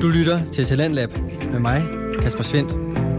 Du lytter til Talentlab med mig, Kasper Svendt.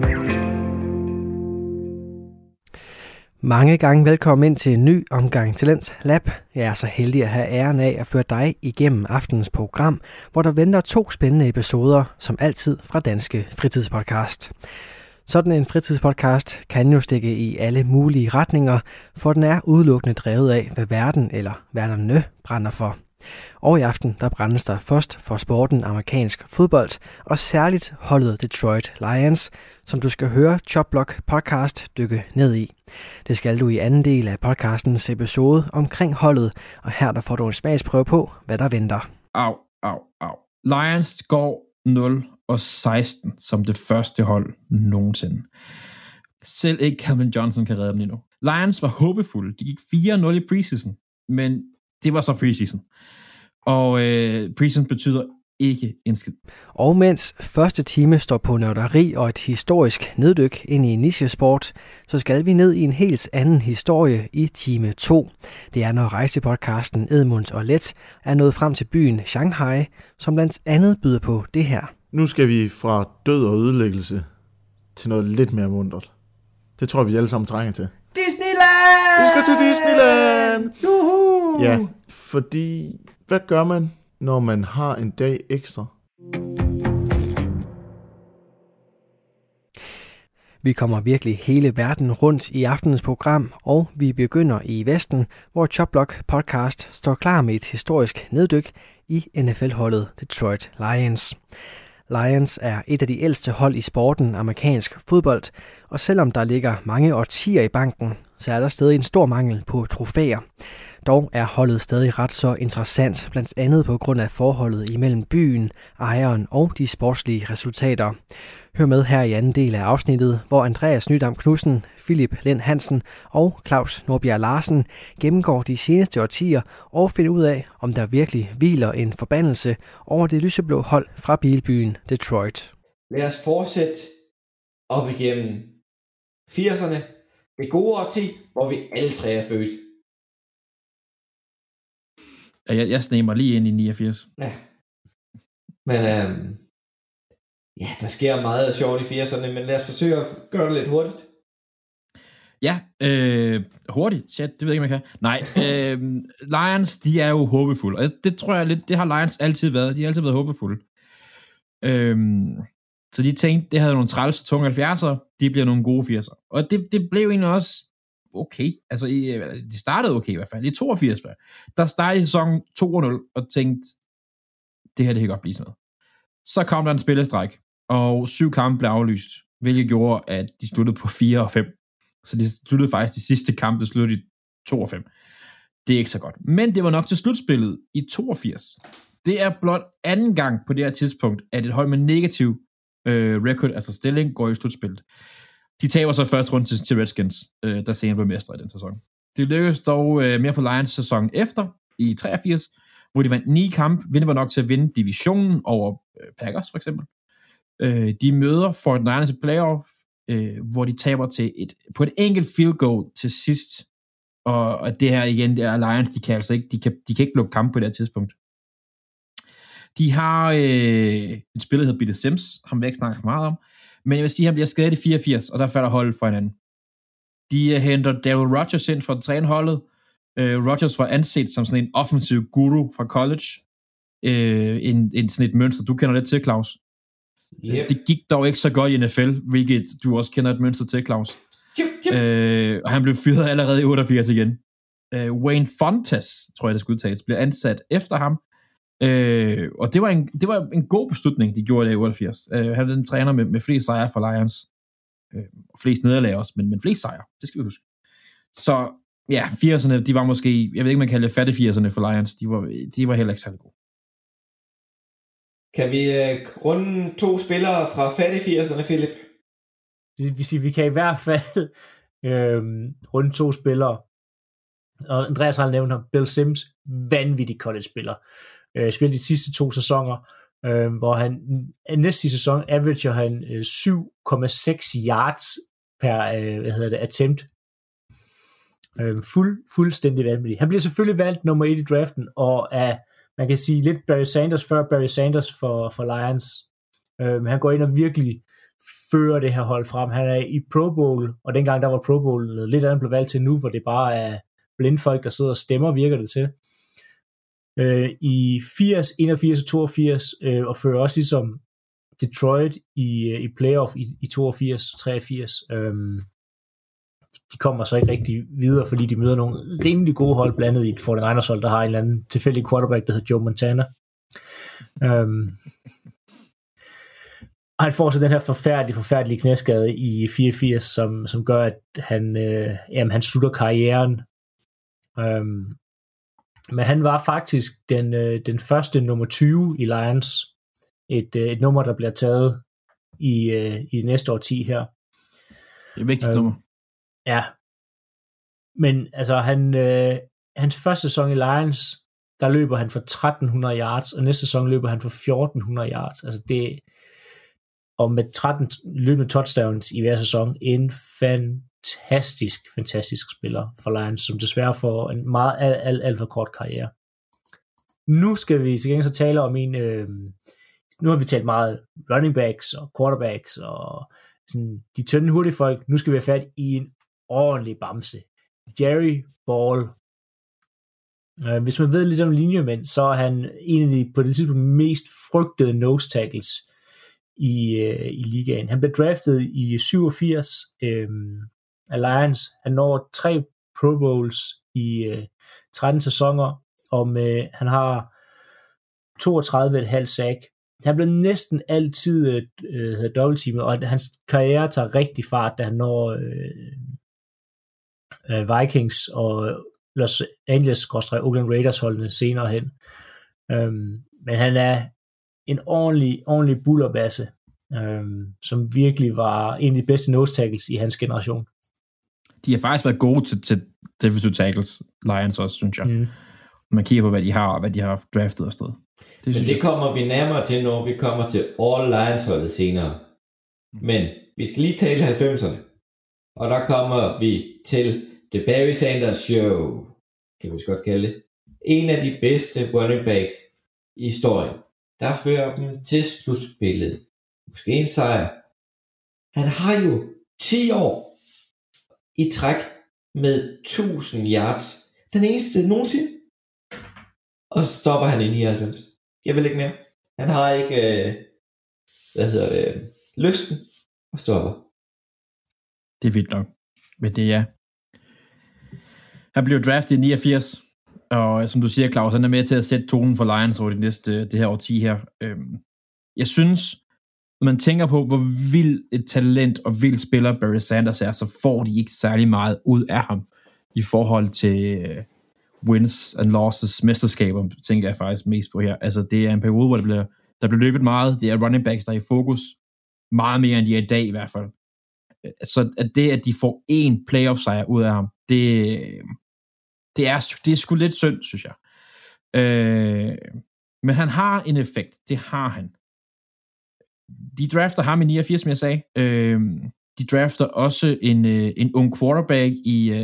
Mange gange velkommen ind til en ny omgang Talentlab. Jeg er så heldig at have æren af at føre dig igennem aftenens program, hvor der venter 2 spændende episoder, som altid fra Danske Fritidspodcast. Sådan en fritidspodcast kan jo stikke i alle mulige retninger, for den er udelukkende drevet af, hvad verden eller verderne brænder for. Og i aften, der brændes der først for sporten amerikansk fodbold, og særligt holdet Detroit Lions, som du skal høre Chop Block podcast dykke ned i. Det skal du i anden del af podcastens episode omkring holdet, og her der får du en smagsprøve på, hvad der venter. Au. Lions går 0-16 som det første hold nogensinde. Selv ikke Calvin Johnson kan redde dem endnu. Lions var håbefulde. De gik 4-0 i preseason, men det var så preseason. Og preseason betyder ikke en skid. Og mens første time står på nørderi og et historisk neddyk ind i nichesport, så skal vi ned i en helt anden historie i time 2. Det er, når rejsepodcasten Edmund og Let er nået frem til byen Shanghai, som blandt andet byder på det her. Nu skal vi fra død og ødelæggelse til noget lidt mere muntert. Det tror vi alle sammen trænger til. Disneyland! Vi skal til Disneyland! Juhu! Ja, fordi hvad gør man, når man har en dag ekstra? Vi kommer virkelig hele verden rundt i aftenens program, og vi begynder i Vesten, hvor Chop Block podcast står klar med et historisk neddyk i NFL-holdet Detroit Lions. Lions er et af de ældste hold i sporten amerikansk fodbold, og selvom der ligger mange årtier i banken, så er der stadig en stor mangel på trofæer. Dog er holdet stadig ret så interessant, blandt andet på grund af forholdet imellem byen, ejeren og de sportslige resultater. Hør med her i anden del af afsnittet, hvor Andreas Nydam Knudsen, Philip Lind Hansen og Claus Nordbjerg Larsen gennemgår de seneste årtier og finder ud af, om der virkelig hviler en forbandelse over det lyseblå hold fra bilbyen Detroit. Lad os fortsætte op igennem 80'erne, det gode årti, hvor vi alle tre er født. Jeg snemer lige ind i 89. Ja. Men ja, der sker meget sjovt i 80'erne, men lad os forsøge at gøre det lidt hurtigt. Ja, hurtigt. Shit, det ved jeg ikke, man kan. Nej, Lions, de er jo håbefulde, og det tror jeg lidt, det har Lions altid været. De har altid været håbefulde. Så de tænkte, det havde nogle træls tunge 70'ere, de bliver nogle gode 80'ere. Og det blev egentlig også okay. Altså, de startede okay i hvert fald. I 82, der startede sæsonen 2-0, og tænkte, det her, det kan godt blive sådan noget. Så kom der en spillestræk, og 7 kampe blev aflyst, hvilket gjorde, at de sluttede på 4-5. Så de sluttede faktisk de sidste kampe, sluttede i 2-5. Det er ikke så godt. Men det var nok til slutspillet i 82. Det er blot anden gang på det her tidspunkt, at et hold med negativ record, altså stilling, går i slutspillet. De taber så første runde til Redskins, der senere blev mestre i den sæson. Det lykkedes dog mere på Lions sæson efter, i 83, hvor de vandt 9 kampe. Vindet var nok til at vinde divisionen over Packers, for eksempel. De møder Fort Niners i playoff, hvor de taber på et enkelt field goal til sidst. Og det her igen, det er Lions, de kan altså ikke, de kan ikke lukke kampe på det her tidspunkt. De har en spiller, der hedder Billy Sims, ham vil jeg ikke snakke meget om, men jeg vil sige, at han bliver skadet i 84, og der falder holdet for hinanden. De henter Darryl Rodgers ind for at træne holdet. Rodgers var anset som sådan en offensiv guru fra college. Sådan et mønster, du kender lidt til, Claus. Yep. Det gik dog ikke så godt i NFL, hvilket du også kender et mønster til, Claus. Og han blev fyret allerede i 88 igen. Wayne Fontes, tror jeg det skal udtales, blev ansat efter ham. Og det var en god beslutning, de gjorde det i 88. Han er den træner med flest sejre for Lions. Flest nederlag også, men flest sejre, det skal vi huske. Så ja, 80'erne, de var måske, jeg ved ikke, man kalder det fattige 80'erne for Lions, de var heller ikke særlig gode. Kan vi runde 2 spillere fra fattige 80'erne, Philip? Det vil sige, vi kan i hvert fald runde 2 spillere. Og Andreas har nævnt ham, Bill Sims, vanvittig college-spiller. Spillede de sidste 2 sæsoner, hvor han næste sæson averager han 7,6 yards per attempt. Fuldstændig vanvittig. Han bliver selvfølgelig valgt nummer 1 i draften, og er, man kan sige, lidt Barry Sanders før Barry Sanders for Lions. Han går ind og virkelig fører det her hold frem. Han er i Pro Bowl, og dengang der var Pro Bowl lidt andet blev valgt til nu, hvor det bare er blindfolk, der sidder og stemmer, virker det til. I 80, 81 og 82, og fører også ligesom Detroit i playoff i 82 og 83. De kommer så ikke rigtig videre, fordi de møder nogle rimelig gode hold, blandet i et 49ers hold, der har en eller anden tilfældig quarterback, der hedder Joe Montana. Og han får så den her forfærdelige knæskade i 84, som gør, at han slutter karrieren. Men han var faktisk den første nummer 20 i Lions. Et nummer, der bliver taget i næste årti her. Det er et vigtigt nummer. Ja. Men altså, hans første sæson i Lions, der løber han for 1300 yards, og næste sæson løber han for 1400 yards. Altså det, og med 13 løbende touchdowns i hver sæson, en fantastisk spiller for Lions, som desværre får en meget alt for kort karriere. Nu skal vi så tale om nu har vi talt meget running backs og quarterbacks og sådan de tynde hurtige folk. Nu skal vi have fat i en ordentlig bamse. Jerry Ball. Hvis man ved lidt om linjemænd, så er han en af de på det tidspunkt mest frygtede nose tackles i ligaen. Han blev draftet i 87 af Lions. Han når 3 Pro Bowls i 13 sæsoner, og han har 32,5 sack. Han blev næsten altid dobbeltteamet, og hans karriere tager rigtig fart, da han når Vikings og Los Angeles-Oakland Raiders holdene senere hen. Men han er en ordentlig bullerbasse, som virkelig var en af de bedste nose tackles i hans generation. De har faktisk været gode til defensive tackles, Lions også, synes jeg. Man kigger på, hvad de har draftet og stået. Men det kommer vi nærmere til, når vi kommer til All Lions-holdet senere. Men vi skal lige tale 90'erne. Og der kommer vi til The Barry Sanders Show, kan vi godt kalde det. En af de bedste running backs i historien. Der fører dem til slutspillet. Måske en sejr. Han har jo 10 år i træk med 1000 yards. Den eneste nogensinde. Og så stopper han i 99. Jeg vil ikke mere. Han har ikke, lysten og stopper. Det er vildt nok. Men det er. Han blev draftet i 89, og som du siger, Claus, han er med til at sætte tonen for Lions over det her årti her. Jeg synes, når man tænker på, hvor vild et talent og vild spiller Barry Sanders er, så får de ikke særlig meget ud af ham i forhold til wins and losses, mesterskaber, tænker jeg faktisk mest på her. Altså, det er en periode, hvor der bliver løbet meget. Det er running backs, der er i fokus. Meget mere, end de er i dag i hvert fald. Så at de får én playoff-sejr ud af ham, det er sgu lidt synd, synes jeg. Men han har en effekt. Det har han. De drafter ham i 89, som jeg sagde. De drafter også en ung quarterback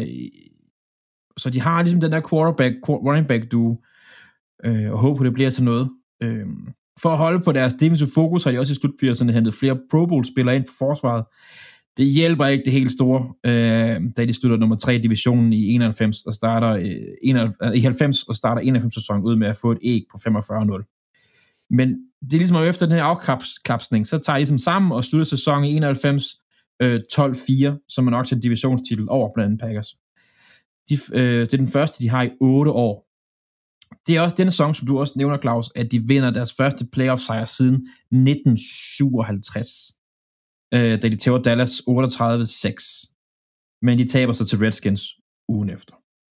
så de har ligesom den der running back duo, og håber, det bliver til noget. For at holde på deres defensive fokus, har de også i slut 80'erne hentet flere Pro Bowl-spillere ind på forsvaret. Det hjælper ikke det helt store, da de slutter nummer 3 i divisionen i 91 og starter i 90 og starter 91 sæson ud med at få et æg på 45-0. Men det er ligesom efter den her afklapsning, så tager de ligesom sammen og slutter sæsonen i 91 12-4, som er nok til en divisionstitel over blandt andet Packers. Det er den første, de har i 8 år. Det er også denne sæson, som du også nævner, Claus, at de vinder deres første playoff-sejr siden 1957, da de tæver Dallas 38-6. Men de taber så til Redskins ugen efter.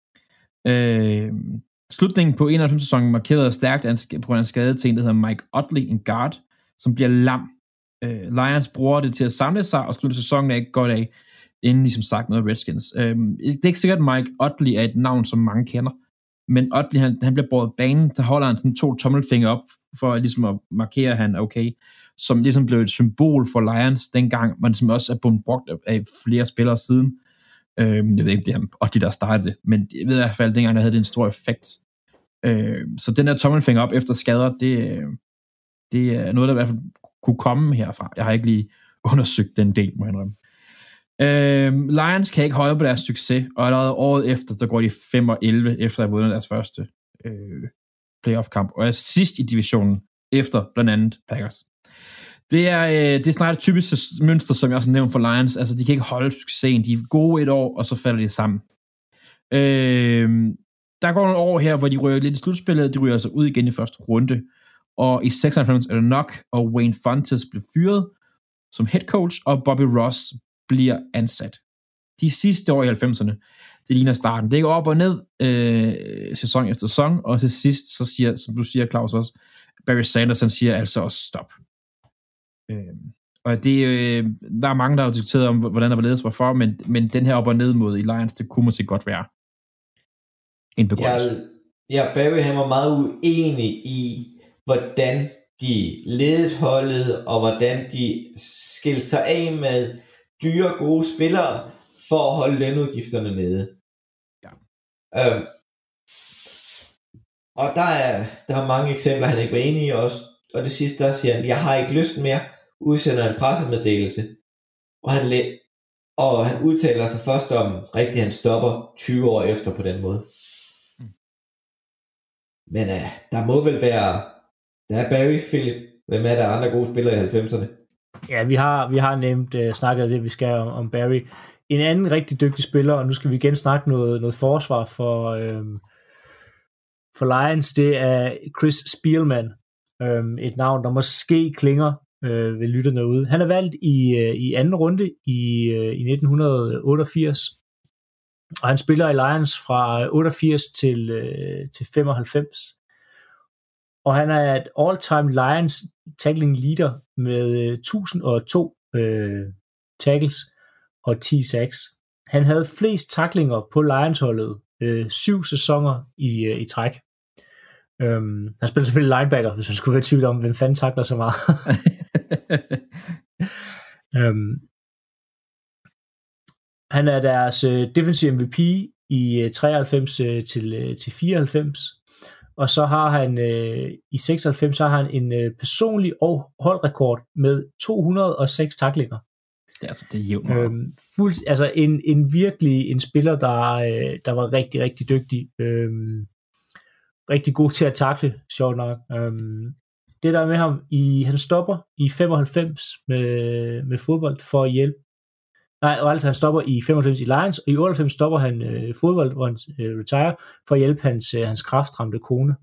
Slutningen på 91-sæsonen markerede stærkt på grund af en skade til en, der hedder Mike Utley, en guard, som bliver lam. Lions bruger det til at samle sig og slutte sæsonen af ikke godt af, inden ligesom sagt noget Redskins. Det er ikke sikkert, at Mike Utley er et navn, som mange kender, men Utley, han bliver båret banen, der holder han sådan 2 tommelfingre op, for ligesom at markere, at han er okay, som ligesom blev et symbol for Lions dengang, men som også er blevet brugt af flere spillere siden. Jeg ved ikke, det er Utley, der startede det, men jeg ved i hvert fald, dengang der havde det en stor effekt. Så den der tommelfinger op efter skader, det er noget, der i hvert fald kunne komme herfra. Jeg har ikke lige undersøgt den del, må jeg indrømme. Lions kan ikke holde på deres succes, og allerede året efter, der går de 5-11, efter at have vundet deres første playoff-kamp, og er sidst i divisionen, efter blandt andet Packers. Det er snart et typisk mønster, som jeg også har nævnt for Lions. Altså, de kan ikke holde succesen. De er gode et år, og så falder de sammen. Der går nogle år her, hvor de ryger lidt i slutspillet. De ryger altså ud igen i første runde. Og i 96 er det nok, og Wayne Fontes blev fyret som head coach, og Bobby Ross bliver ansat. De sidste år i 90'erne, det ligner starten. Det går op og ned sæson efter sæson, og til sidst, så siger, som du siger, Claus også, Barry Sanders, han siger altså også stop. Og det, der er mange, der har diskuteret om, hvordan der var ledes hvorfor, men den her op og ned mod i Lions, det kunne måske godt være en begrundelse. Ja, Barry, han var meget uenig i, hvordan de ledede holdet, og hvordan de skilte sig af med dyre, gode spillere, for at holde lønudgifterne nede. Ja. Og der er mange eksempler, han ikke var enig i også. Og det sidste, der siger han, jeg har ikke lyst mere, udsender en pressemeddelelse. Og han udtaler sig først om, rigtigt han stopper 20 år efter på den måde. Men der må vel være, der er Barry, Philip, hvem er der andre gode spillere i 90'erne? Ja, vi har nemt snakket det, vi skal om Barry. En anden rigtig dygtig spiller, og nu skal vi igen snakke noget forsvar for Lions, det er Chris Spielman. Et navn, der måske klinger ved lytterne ude. Han er valgt i anden runde i 1988, og han spiller i Lions fra 88 til 95. Og han er et all-time Lions tackling leader med 1002 tackles og 10 sacks. Han havde flest tacklinger på Lions-holdet 7 sæsoner i træk. Han spiller selvfølgelig linebacker, hvis man skulle være i tvivl om, hvem fanden tackler så meget. Han er deres defensive MVP i 93 til 94, og så har han i 96 så har han en personlig og holdrekord med 206 tacklinger. Det er jævnt. Altså en virkelig en spiller, der var rigtig, rigtig dygtig. Rigtig god til at tackle, sjovt nok. Det der med ham, han stopper i 95 med fodbold for at hjælpe. Nej, og altså han stopper i 95 i Lions, og i 98 stopper han fodbold, hvor han retire, for at hjælpe hans kræftramte kone.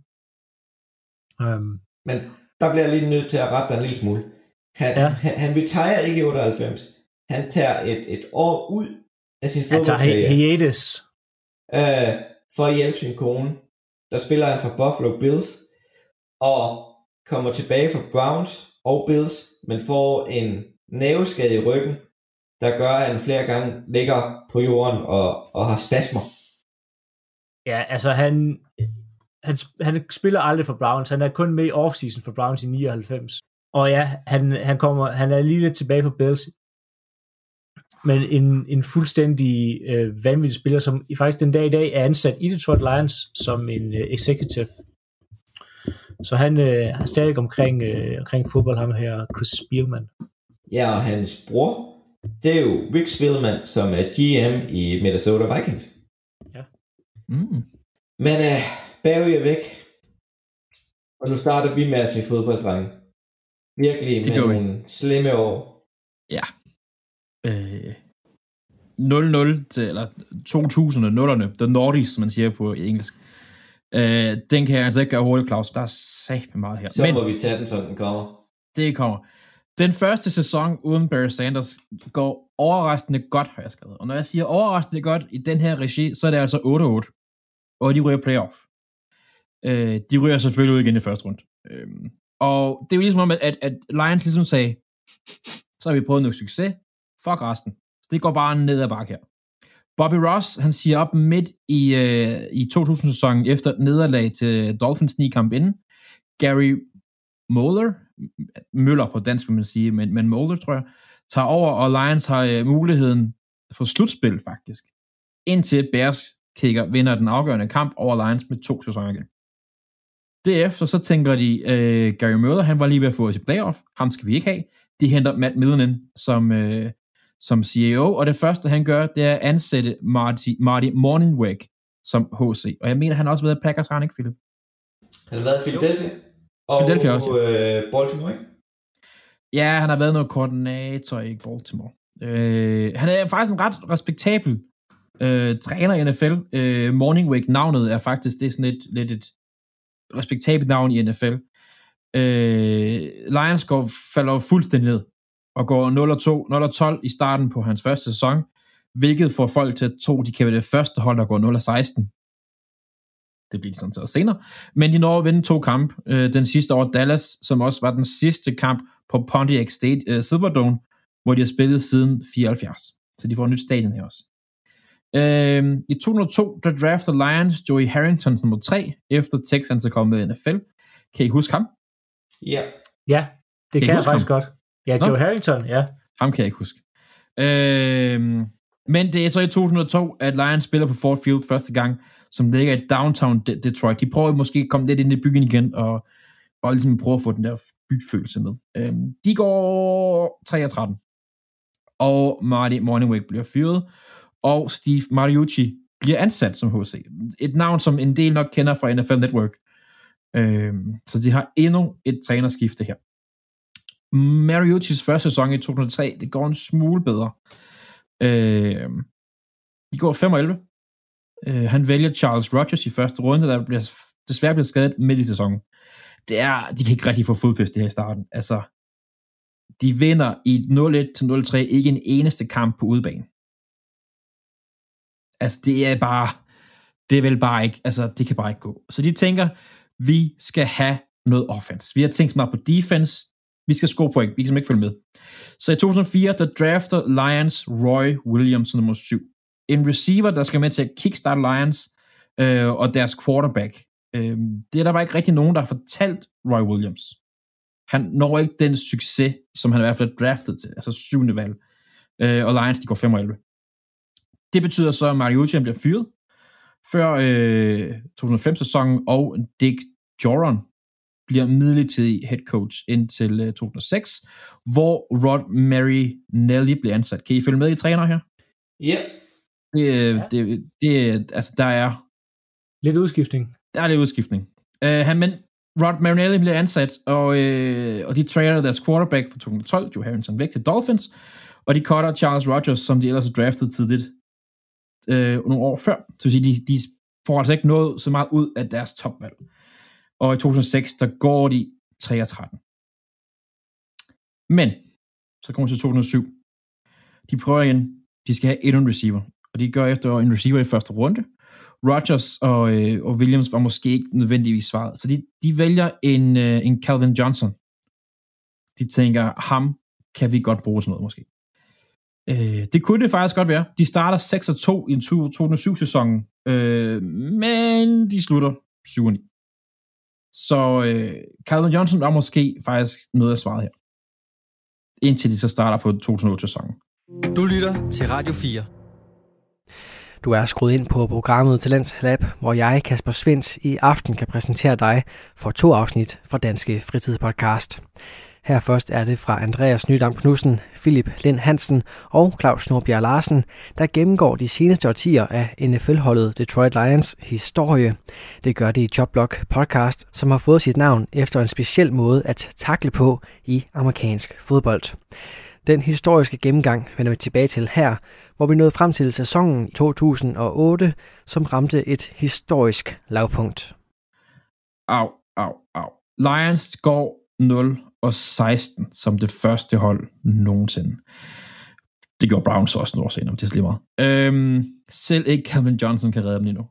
Men der bliver jeg lige nødt til at rette dig en lille smule. Han retire ikke i 98. Han tager et år ud af sin fodboldkarriere. Han tager hiatus. For at hjælpe sin kone. Der spiller han for Buffalo Bills, og kommer tilbage fra Browns og Bills, men får en nerveskade i ryggen, der gør, at han flere gange ligger på jorden og har spasmer. Ja, altså han spiller aldrig for Browns. Han er kun med i offseason for Browns i 99. Og ja, han er lige lidt tilbage på Bills. Men en fuldstændig vanvittig spiller, som faktisk den dag i dag er ansat i Detroit Lions som en executive. Så han er stadig omkring fodbold, ham her, Chris Spielman. Ja, og hans bror, det er jo Rick Spielman, som er GM i Minnesota Vikings. Ja. Men Barry er væk. Og nu starter vi med at se fodbolddrenge. Virkelig med nogle slemme år. Ja. 00 til, eller 2000'erne, the noughties, som man siger på engelsk. Den kan jeg altså ikke gøre hurtigt, Claus. Der er sagt meget her. Så må vi tage den, som den kommer. Det kommer. Den første sæson uden Barry Sanders går overraskende godt, har jeg skrevet. Og når jeg siger overraskende godt i den her regi, så er det altså 8-8. Og de ryger playoff. De ryger selvfølgelig ud igen i første runde. Og det er jo ligesom om, at Lions ligesom sagde, så har vi prøvet noget succes. Fuck resten. Så det går bare ned ad bakke her. Bobby Ross, han siger op midt i 2000-sæsonen efter nederlag til Dolphins 9-kamp inden. Gary Møller på dansk, vil man sige, men Moeller, tror jeg, tager over, og Lions har muligheden for slutspil, faktisk. Indtil Bears kicker vinder den afgørende kamp over Lions med 2 sæsoner igen. Derefter så tænker de, Gary Miller, han var lige ved at få os i playoff. Ham skal vi ikke have. De henter Matt Millen ind som CEO, og det første, han gør, det er at ansætte Marty Mornhinweg som HC. Og jeg mener, han har også været i Packers, har han ikke, Philip? Han har været i Philadelphia. Og Philadelphia også, Baltimore, ikke? Ja, han har været noget koordinator i Baltimore. Han er faktisk en ret respektabel træner i NFL. Mornhinweg, navnet er faktisk, det er sådan lidt et respektabelt navn i NFL. Lions falder fuldstændig ned og går 0-12 i starten på hans første sæson, hvilket får folk til at tro, de kan være det første hold, der går 0-16. Det bliver de sådan så senere. Men de når at vinde 2 kampe. Den sidste over Dallas, som også var den sidste kamp på Pontiac Silverdome, hvor de har spillet siden 74. Så de får et nyt stadion her også. I 2002, der drafter Lions Joey Harrington nummer 3, efter Texans er kommet med NFL. Kan I huske ham? Ja, det kan jeg faktisk godt. Ja, Joe Harrington, ja. Ham kan jeg ikke huske. Men det er så i 2002, at Lions spiller på Ford Field første gang, som ligger i downtown Detroit. De prøver måske at komme lidt ind i byen igen, og ligesom prøve at få den der byfølelse med. De går 3-13, og Marty Mornhinweg bliver fyret, og Steve Mariucci bliver ansat som HC. Et navn, som en del nok kender fra NFL Network. Så de har endnu et trænerskifte her. Mariuccis første sæson i 2003, det går en smule bedre. De går 5-11. Han vælger Charles Rogers i første runde, der desværre bliver skadet midt i sæsonen. De kan ikke rigtig få fodfæste her i starten. Altså, de vinder i 0-1-0-3 ikke en eneste kamp på udebane. Altså, det er vel bare ikke, altså, det kan bare ikke gå. Så de tænker, vi skal have noget offense. Vi har tænkt meget på defense. Vi skal score point. Vi kan simpelthen ikke følge med. Så i 2004, der drafter Lions Roy Williams nummer 7. En receiver, der skal med til at kickstart Lions og deres quarterback. Det er der bare ikke rigtig nogen, der har fortalt Roy Williams. Han når ikke den succes, som han i hvert fald er draftet til. Altså 7. valg. Og Lions, de går 5-11. Det betyder så, at Mariucci bliver fyret før 2005-sæsonen, og Dick Joron bliver midlertidig head coach indtil 2006, hvor Rod Marinelli bliver ansat. Kan I følge med i træner her? Ja. Altså, der er... Lidt udskiftning. Der er lidt udskiftning. Men Rod Marinelli bliver ansat, og de trader deres quarterback fra 2012, Joe Harrington, væk til Dolphins, og de cutter Charles Rogers, som de ellers har draftet tidligt nogle år før. Så vil sige, de får altså ikke noget så meget ud af deres topvalg. Og i 2006, der går de 3-13. Men, så kommer til 2007. De prøver igen. De skal have endnu en receiver. Og de gør efter en receiver i første runde. Rodgers og Williams var måske ikke nødvendigvis svaret. Så de vælger en Calvin Johnson. De tænker, ham kan vi godt bruge sådan noget måske. Det kunne det faktisk godt være. De starter 6-2 i 2007-sæsonen. Men de slutter 7-9. Så Calvin Johnson var måske faktisk noget af svaret her. Indtil de så starter på 2008-sæsonen. Du lytter til Radio 4. Du er skruet ind på programmet Talent Lab, hvor jeg, Kasper Svendt, i aften kan præsentere dig for 2 afsnit fra Danske Fritidspodcast. Her først er det fra Andreas Nydam Knudsen, Philip Lind Hansen og Claus Nordbjerg Larsen, der gennemgår de seneste årtier af NFL-holdet Detroit Lions historie. Det gør det i Chopblock podcast, som har fået sit navn efter en speciel måde at takle på i amerikansk fodbold. Den historiske gennemgang vender vi tilbage til her, hvor vi nåede frem til sæsonen 2008, som ramte et historisk lavpunkt. Au. Lions går 0-16 som det første hold nogensinde. Det gjorde Browns også nogle år senere, det er slet meget. Selv ikke Calvin Johnson kan redde dem endnu.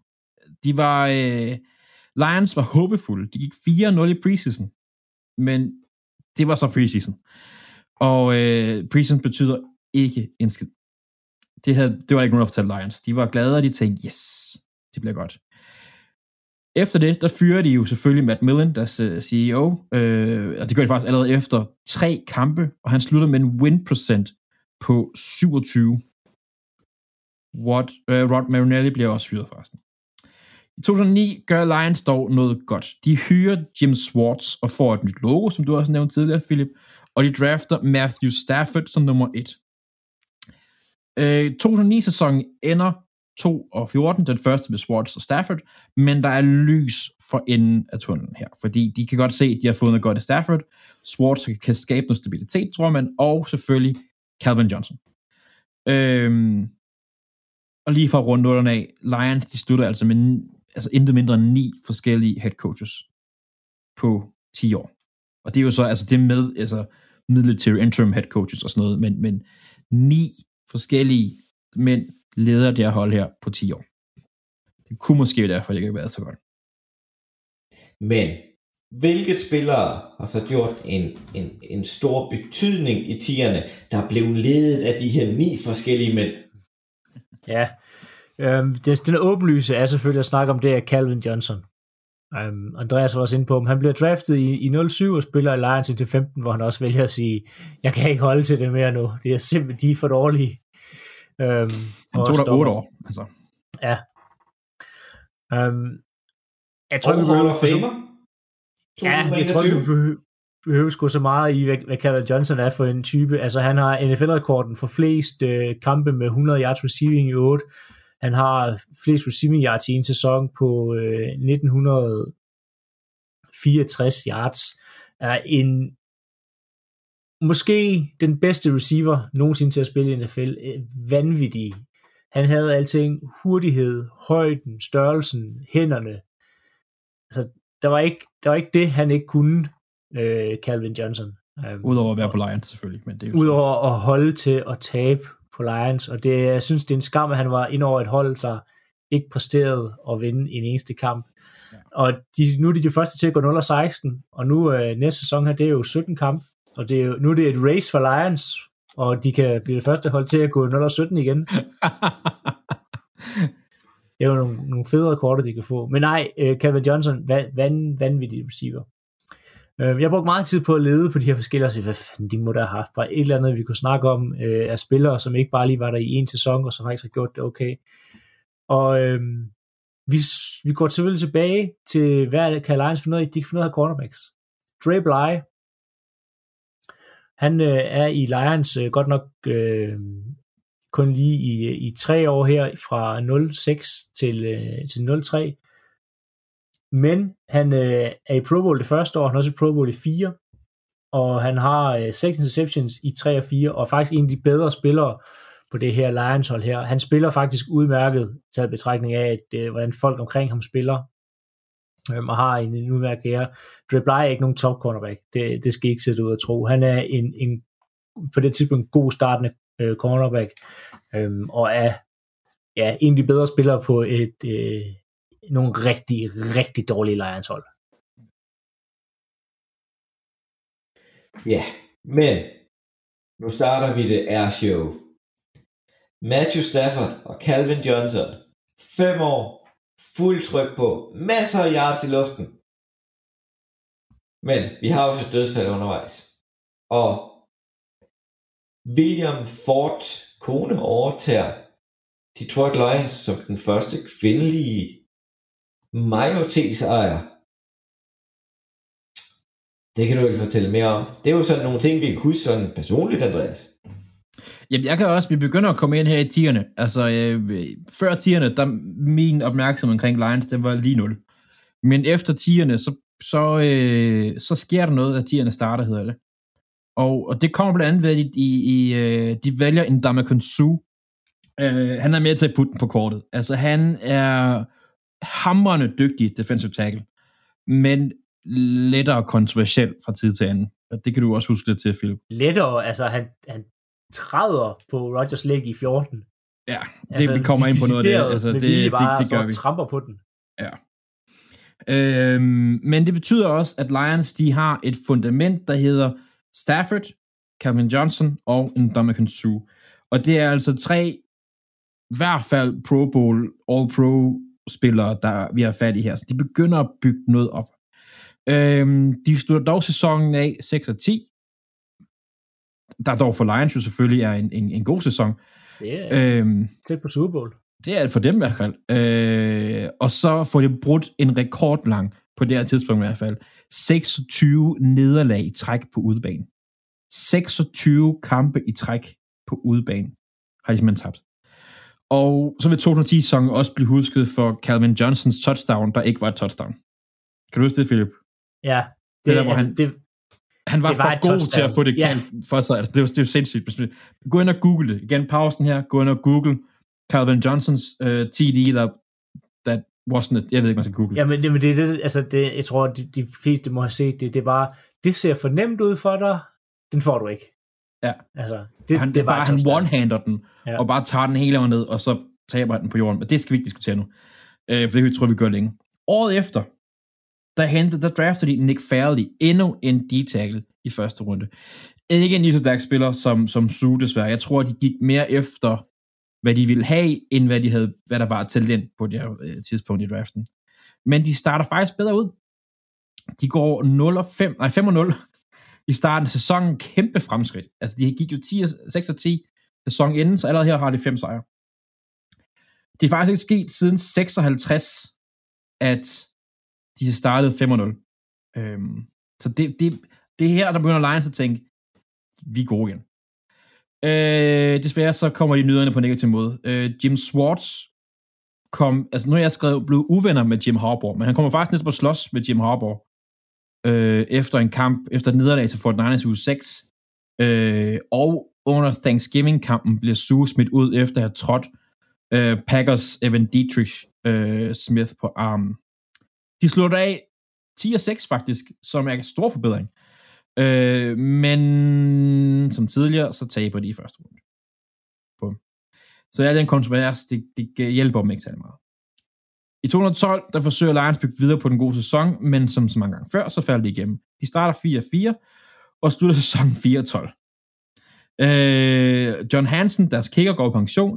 Lions var håbefulde. De gik 4-0 i preseason. Men det var så preseason. Og preseason betyder ikke en skid. Det var ikke nogen, der fortalte Lions. De var glade, og de tænkte, yes, det bliver godt. Efter det, der fyrer de jo selvfølgelig Matt Millen, deres CEO, og det gør de faktisk allerede efter 3 kampe, og han slutter med en win procent på 27. Rod Marinelli bliver også fyret forresten. I 2009 gør Lions dog noget godt. De hyrer Jim Schwartz og får et nyt logo, som du også nævnte tidligere, Philip, og de drafter Matthew Stafford som nummer 1. 2009-sæsonen ender 2-14, den første med Schwartz og Stafford, men der er lys for enden af tunnelen her, fordi de kan godt se, at de har fået noget godt i Stafford. Schwartz kan skabe noget stabilitet, tror man, og selvfølgelig Calvin Johnson. Og lige for at runde nullerne af, Lions, de slutter altså med intet mindre end 9 forskellige head coaches på 10 år. Og det er jo så, altså det med, military interim head coaches og sådan noget, men 9 forskellige mænd leder det her hold her på 10 år. Det kunne måske derfor ikke have været så godt. Men hvilket spillere har så gjort en stor betydning i 10'erne, der blev ledet af de her 9 forskellige mænd? Ja, den åbenlyse er selvfølgelig at snakke om det af Calvin Johnson. Andreas var også inde på, om han bliver draftet i 07 og spiller i Lions til 15, hvor han også vælger at sige, jeg kan ikke holde til det mere nu. Det er simpelthen, de er for dårlige. Han tog der 8 år. Altså. Ja. Jeg tror, vi behøver sgu så meget i, hvad Calvin Johnson er for en type. Altså, han har NFL-rekorden for flest kampe med 100 yards receiving i 8. Han har flest receiving yards i en sæson på 1964 yards. Er måske den bedste receiver nogensinde til at spille i NFL. Vanvittig. Han havde alting. Hurtighed, højden, størrelsen, hænderne. Altså, der var ikke det, han ikke kunne, Calvin Johnson. Udover at være på Lions, selvfølgelig. Men det er jo udover at holde til at tabe på Lions. Og jeg synes, det er en skam, at han var ind over et hold, der ikke præsterede at vinde en eneste kamp. Ja. Og nu er de første til at gå 0-16, og nu næste sæson her, det er jo 17 kamp. Og nu er det et race for Lions, og de kan blive det første hold til at gå 0-17 igen. Det er jo nogle fede rekorder, de kan få. Men nej, Calvin Johnson, vanvittig receiver. Jeg brugte meget tid på at lede på de her forskellige, og sige, hvad fanden de må der have haft. Bare et eller andet, vi kunne snakke om, af spillere, som ikke bare lige var der i en sæson, og som faktisk har gjort det okay. Og vi går selvfølgelig tilbage til, hvad kan Lions finde ud af? De kan finde ud af cornerbacks. Dre Bly, han er i Lions godt nok kun lige i 3 år her, fra 06 til 03. Men han er i Pro Bowl det første år, han er også i Pro Bowl i 4, og han har 6 interceptions i 3 og 4, og faktisk en af de bedre spillere på det her Lions hold her. Han spiller faktisk udmærket, taget betragtning af, hvordan folk omkring ham spiller, og har en udmærket karriere. Dre Bly er ikke nogen top cornerback, det skal I ikke sætte ud at tro. Han er en på det tidspunkt en god startende cornerback, og er en af de bedre spillere på nogle rigtig, rigtig dårlige Lions hold. Ja, men nu starter vi det show. Matthew Stafford og Calvin Johnson, 5 år, fuld tryk på, masser af yards i luften. Men vi har også et dødsfald undervejs. Og William Ford kone overtager Detroit Lions som den første kvindelige majoritetsejer. Det kan du vel fortælle mere om. Det er jo sådan nogle ting, vi kan huske sådan personligt, Andreas. Jamen, jeg kan også, vi begynder at komme ind her i 10'erne. Altså, før 10'erne, der min opmærksomhed omkring Lions, den var lige 0. Men efter 10'erne, så sker der noget, at 10'erne starter, hedder det. Og det kommer blandt andet ved, at de vælger en Ndamukong Suh. Han er med til at putte den på kortet. Altså, han er hamrende dygtig defensive tackle, men lettere kontroversiel fra tid til anden. Og det kan du også huske det til, Philip. Lettere, altså han træder på Rodgers læg i 14. Ja, det vi kommer ind på noget af det. Altså, det gør vi. Tramper på den. Ja. Men det betyder også, at Lions, de har et fundament, der hedder Stafford, Calvin Johnson og Ndamukong Suh. Og det er altså 3, i hvert fald Pro Bowl, All-Pro spillere, der vi har fat i her. Så de begynder at bygge noget op. De slutter dog sæsonen af 6 og 10. Der dog for Lions jo selvfølgelig er en god sæson. Det er tæt på Super Bowl. Det er det for dem i hvert fald. Og så får det brudt en rekordlang, på det her tidspunkt i hvert fald, 26 nederlag i træk på udebane. 26 kampe i træk på udebane har de simpelthen tabt. Og så vil 2010-sæsonen også blive husket for Calvin Johnsons touchdown, der ikke var et touchdown. Kan du huske det, Philip? Ja. Det der, hvor han var for god til at få det kaldt for sig. Altså, det er jo sindssygt. Gå ind og google det. Igen, pausen her. Gå ind og google Calvin Johnsons TD, that wasn't it. Jeg ved ikke, man skal google. Ja, men det altså jeg tror, de fleste må have set det. Det er bare, det ser for nemt ud for dig. Den får du ikke. Ja. Altså, det bare, han one-hander den, og bare tager den hele over ned, og så taber han den på jorden. Men det skal vi ikke diskutere nu. For det tror vi gør længe. Året efter, der draftede de Nick Fairley, endnu en D-tackle i første runde. Ikke en lige så stærk spiller som Sue, desværre. Jeg tror, de gik mere efter, hvad de ville have, end hvad der var talent på det her tidspunkt i draften. Men de starter faktisk bedre ud. De går 5-0 i starten af sæsonen. Kæmpe fremskridt. Altså, de gik jo 6-10 sæson inden, så allerede her har de 5 sejre. Det er faktisk ikke sket siden 56, at de startede 5-0. Så det er her, der begynder Lions at tænke, vi er gode igen. Desværre så kommer de nyderne på negativ måde. Jim Schwartz nu har jeg skrevet, blev uvenner med Jim Harbaugh, men han kommer faktisk næsten på slås med Jim Harbaugh efter en kamp, efter et nederlag til 49ers uge 6, og under Thanksgiving-kampen bliver Sue smidt ud efter at have trådt Packers Evan Dietrich Smith på armen. De slutter af 10-6 faktisk, som er en stor forbedring. Men som tidligere, så taber de i første runde. Så er det en kontrovers, det hjælper dem ikke særlig meget. I 2012, der forsøger Lions bygge videre på den gode sæson, men som så mange gange før, så falder de igennem. De starter 4-4, og slutter sæsonen 4-12. John Hansen, deres kicker, går på pension,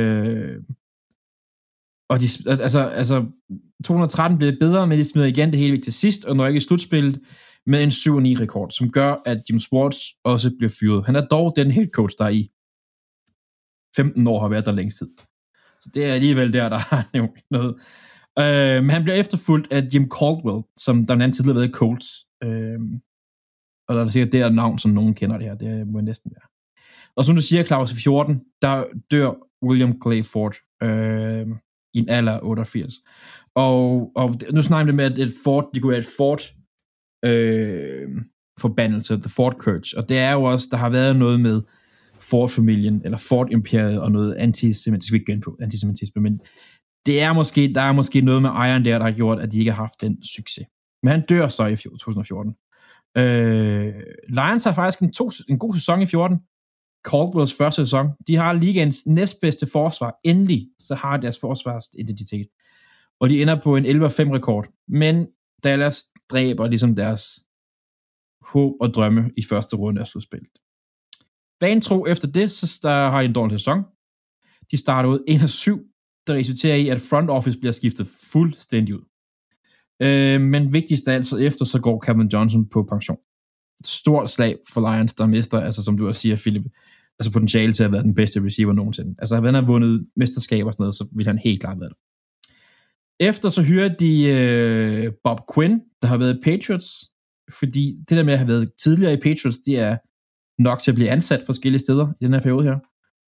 og de, altså 213 blev bedre, men de smider igen det hele væk til sidst, og når ikke i slutspillet, med en 7-9-rekord, som gør, at Jim Schwartz også bliver fyret. Han er dog den head coach, der i 15 år har været der længst tid. Så det er alligevel der har noget. Men han bliver efterfulgt af Jim Caldwell, som der blandt andet tidligere har været i Colts. Og der er sikkert det navn, som nogen kender det her. Det må næsten være. Og som du siger, Claus, i 14, der dør William Clay Ford i en alder af 88. Og nu snakker vi med, at et Ford, det kunne være et Ford forbandelse, The Ford Curse, og det er jo også, der har været noget med Ford-familien, eller Ford-imperiet, og noget antisemitisme, men der er måske noget med ejeren der har gjort, at de ikke har haft den succes. Men han dør så i 2014. Lions har faktisk en god sæson i 14. Caldwells første sæson. De har ligaens næstbedste forsvar. Endelig så har deres forsvarsidentitet. Og de ender på en 11-5 rekord. Men Dallas dræber ligesom deres håb og drømme i første runde af slutspillet. Vantro efter det, så har de en dårlig sæson. De starter ud 1-7, der resulterer i, at front office bliver skiftet fuldstændig ud. Men vigtigst af alt, så efter, så går Calvin Johnson på pension. Stort slag for Lions, der mister, altså som du også siger, Philip, altså potentiale til at være den bedste receiver nogensinde. Altså, hvis han har vundet mesterskab og sådan noget, så vil han helt klart være det. Efter så hører de Bob Quinn, der har været i Patriots, fordi det der med at have været tidligere i Patriots, det er nok til at blive ansat forskellige steder i den her periode her.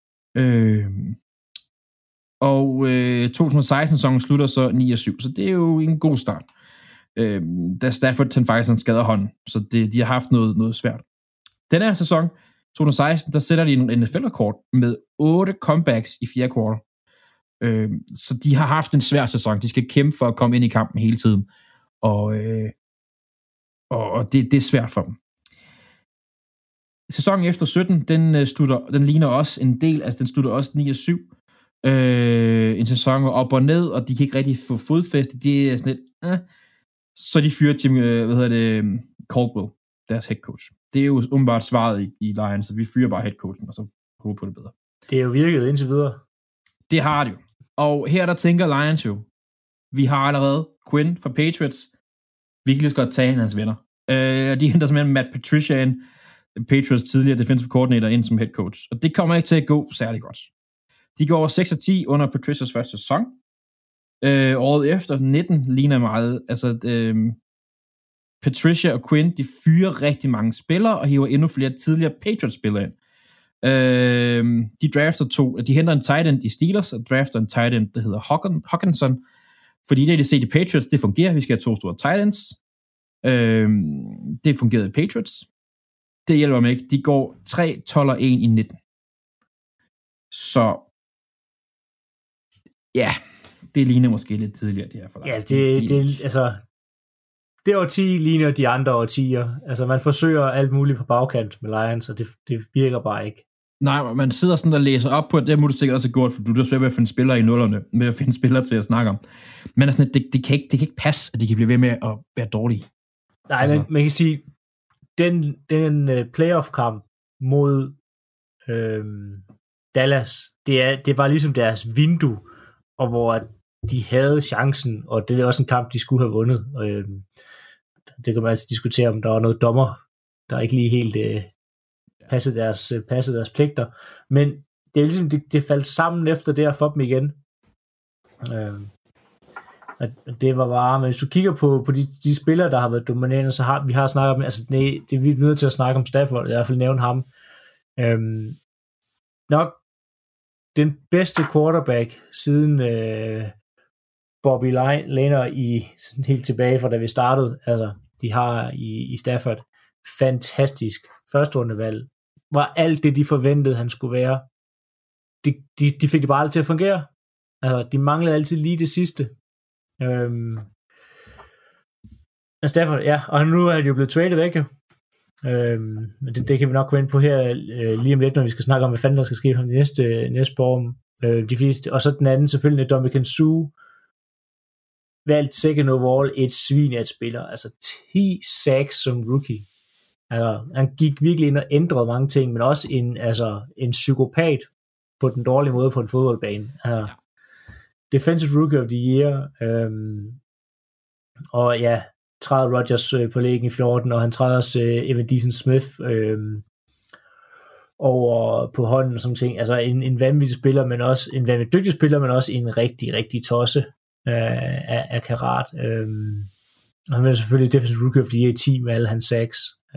Og 2016-sæsonen slutter så 9-7, så det er jo en god start. Da Stafford faktisk skader hånden, så de har haft noget svært. Den her sæson, 2016, der sætter de en NFL-rekord med 8 comebacks i 4 kvarter. Så de har haft en svær sæson. De skal kæmpe for at komme ind i kampen hele tiden. Og det er svært for dem. Sæsonen efter 17, den ligner også en del, altså den slutter også 9-7. En sæson op og ned, og de kan ikke rigtig få fodfæste. Det er sådan lidt, så de fyrer Jim, Caldwell, deres head coach. Det er jo umiddelbart svaret i Lions, så vi fyrer bare head coachen, og så håber på det bedre. Det er jo virket indtil videre. Det har det jo. Og her der tænker Lions jo, vi har allerede Quinn fra Patriots, vi kan lige så godt tage hans venner. De henter simpelthen Matt Patricia ind, Patriots tidligere defensive coordinator, ind som head coach. Og det kommer ikke til at gå særlig godt. De går over 6-10 under Patricias første sæson. Året efter, 19, ligner meget. Altså, Patricia og Quinn, de fyrer rigtig mange spillere, og hiver endnu flere tidligere Patriots-spillere ind. De drafter de henter en tight end i Steelers, og drafter en tight end, der hedder Hawkinson, fordi det de set i Patriots, det fungerer, vi skal have 2 store tight ends. Det fungerede i Patriots. Det hjælper mig ikke. De går 3-12-1 i 19. Så ja, det ligner måske lidt tidligere, det her for dig. Ja, det årti ligner de andre årtier. Altså, man forsøger alt muligt på bagkant med Lions, og det virker bare ikke. Nej, man sidder sådan og læser op på, at det må du sikkert også have gjort, for du er svært ved at finde spillere i nullerne, med at finde spillere til at snakke om. Men altså, det kan ikke passe, at de kan blive ved med at være dårlige. Nej, altså. Men man kan sige, den playoff-kamp mod Dallas, det var ligesom deres vindue, og hvor de havde chancen, og det er også en kamp, de skulle have vundet. Det kan man altså diskutere, om der var noget dommer, der ikke lige helt passede deres pligter. Men det er ligesom, det faldt sammen efter det at få dem igen. Det var bare, men hvis du kigger på de spillere, der har været dominerende, så vi har snakket om, altså det er vi nødt til at snakke om Stafford, i hvert fald nævne ham. Nok den bedste quarterback siden Bobby Lehner helt tilbage fra da vi startede, altså de har i Stafford, fantastisk førsterundevalg, var alt det de forventede han skulle være. De fik det bare aldrig til at fungere. Altså de manglede altid lige det sidste. Stafford, ja, og nu er de jo blevet traded væk jo. Det kan vi nok gå ind på her lige om lidt, når vi skal snakke om, hvad fanden der skal ske på næste år. De fleste, og så den anden selvfølgelig, Dominican Sue, valgt second overall, et svin af et spiller, altså 10 sacks som rookie. Altså, han gik virkelig ind og ændrede mange ting, men også en psykopat på den dårlige måde på en fodboldbane. Altså, Defensive Rookie of the Year, og ja, træder Rodgers på lægen i 14, og han træder også Evan Deason Smith over på hånden og sådan ting. Altså en vanvittig spiller, men også en vanvittig dygtig spiller, men også en rigtig, rigtig tosse af karat. Han er selvfølgelig Defensive Rookie of the Year 10 med alle hans sacks.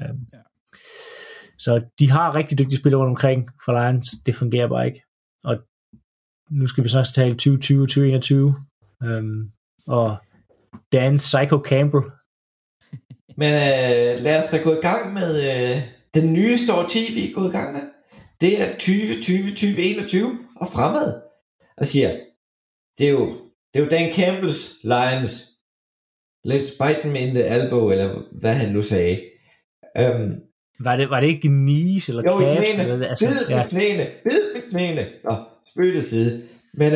Så de har rigtig dygtige spillere rundt omkring for Lions. Det fungerer bare ikke. Og nu skal vi så tale 2020-2021. Og Dan Psycho Campbell. Men lad os da gå i gang med den nyeste årti, vi er gået i gang med. Det er 2020-2021 og fremad. Og siger, det er jo Dan Campbells Lions. Let's bite them in the elbow, eller hvad han nu sagde. Var det ikke Nice eller Cavs? Bid med knæene. Nå, spøg det side. Men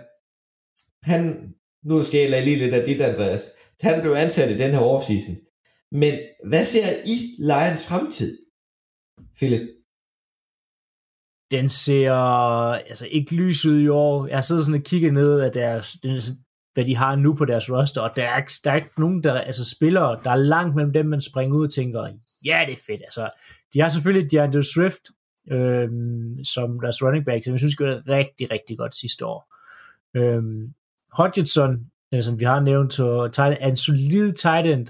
nu stjæler jeg lige lidt af dit, Andreas. Han blev ansat i den her offseason. Men hvad ser I Lions fremtid, Philip? Den ser altså ikke lys ud i år. Jeg sidder sådan og kigger ned af hvad de har nu på deres roster, og der er ikke nogen spillere, der er langt mellem dem, man springer ud og tænker, ja, det er fedt. Altså, de har selvfølgelig DeAndre Swift som deres running back, som jeg synes gjorde det rigtig, rigtig godt sidste år. Hodgson, som vi har nævnt, er en solid tight end.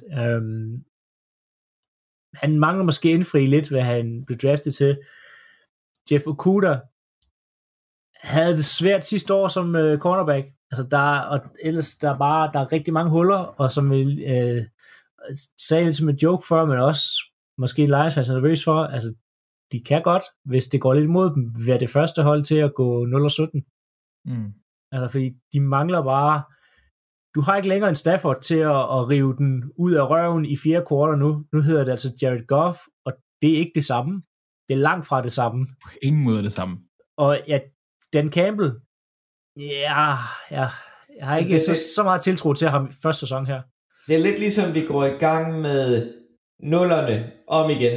Han mangler måske indfri lidt, hvad han blev draftet til. Jeff Okudah havde det svært sidste år som cornerback. Altså der er rigtig mange huller, og som vi sagde lidt som et joke for, men også måske Lions er nervøs for, altså de kan godt, hvis det går lidt imod dem, være det første hold til at gå 0-17. Altså fordi de mangler bare, du har ikke længere en Stafford til at rive den ud af røven i 4 kvarter nu. Nu hedder det altså Jared Goff, og det er ikke det samme. Det er langt fra det samme. Ingen måde det samme. Og ja, Dan Campbell, jeg har ikke så meget tiltro til ham første sæson her. Det er lidt ligesom vi går i gang med nullerne om igen.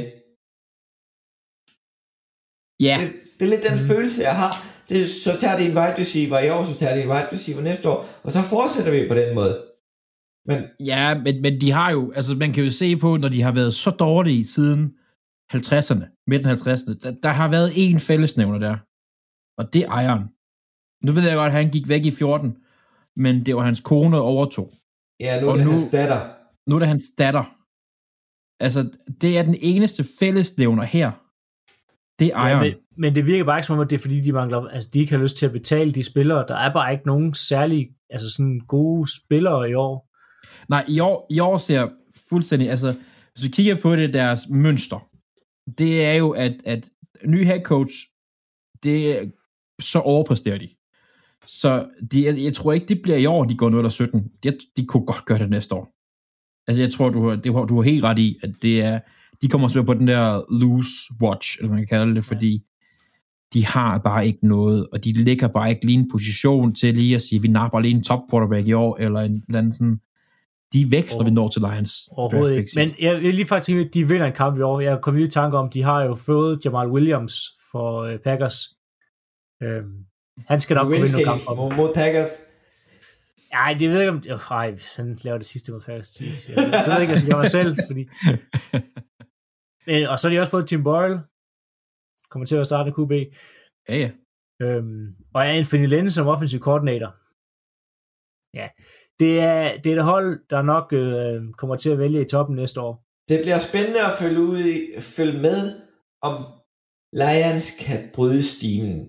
Ja. Det er lidt den følelse, jeg har. Så tager de en wide receiver i år, så tager de en wide receiver næste år, og så fortsætter vi på den måde. Men de har jo, altså man kan jo se på, når de har været så dårlige siden 50'erne, midten af 50'erne, der har været en fællesnævner der, og det er ejeren. Nu ved jeg godt, at han gik væk i 14, men det var hans kone overtog. Ja, nu er det hans datter. Nu er det hans datter. Altså, det er den eneste fællesnævner her. Det er Iron. Ja, men det virker bare ikke som om, at det er fordi, de mangler, altså de ikke har lyst til at betale de spillere. Der er bare ikke nogen særlig, altså sådan gode spillere i år. Nej, i år ser fuldstændig, altså, hvis vi kigger på det, deres mønster, det er jo, at ny head coach, det er, så overpræsterer de. Så jeg tror ikke, det bliver i år, de går 0-17. De kunne godt gøre det næste år. Altså, jeg tror, du har helt ret i, at det er, de kommer så på den der loose watch, eller hvad man kan kalde det, fordi de har bare ikke noget, og de ligger bare ikke lige en position til lige at sige, vi napper lige en top quarterback i år, eller en eller anden sådan, de er væk, når vi når til Lions. Overhovedet ikke. Men jeg vil lige faktisk sige, at de vinder en kamp i år. Jeg kom lige i tanke om, de har jo fået Jamal Williams for Packers. Han skal nok kunne vinde en kamp for dem. Mod Packers. Nej, det ved jeg ikke om... Nej, hvis han laver det sidste mod Packers. Så ved jeg ikke, jeg skal gøre mig selv, fordi... Men, og så har de også fået Tim Boyle. Kommer til at starte QB. Ja. Og Anthony Lynn som offensive coordinator. Ja, det er et hold, der nok kommer til at vælge i toppen næste år. Det bliver spændende at følge med, om Lions kan bryde stimen.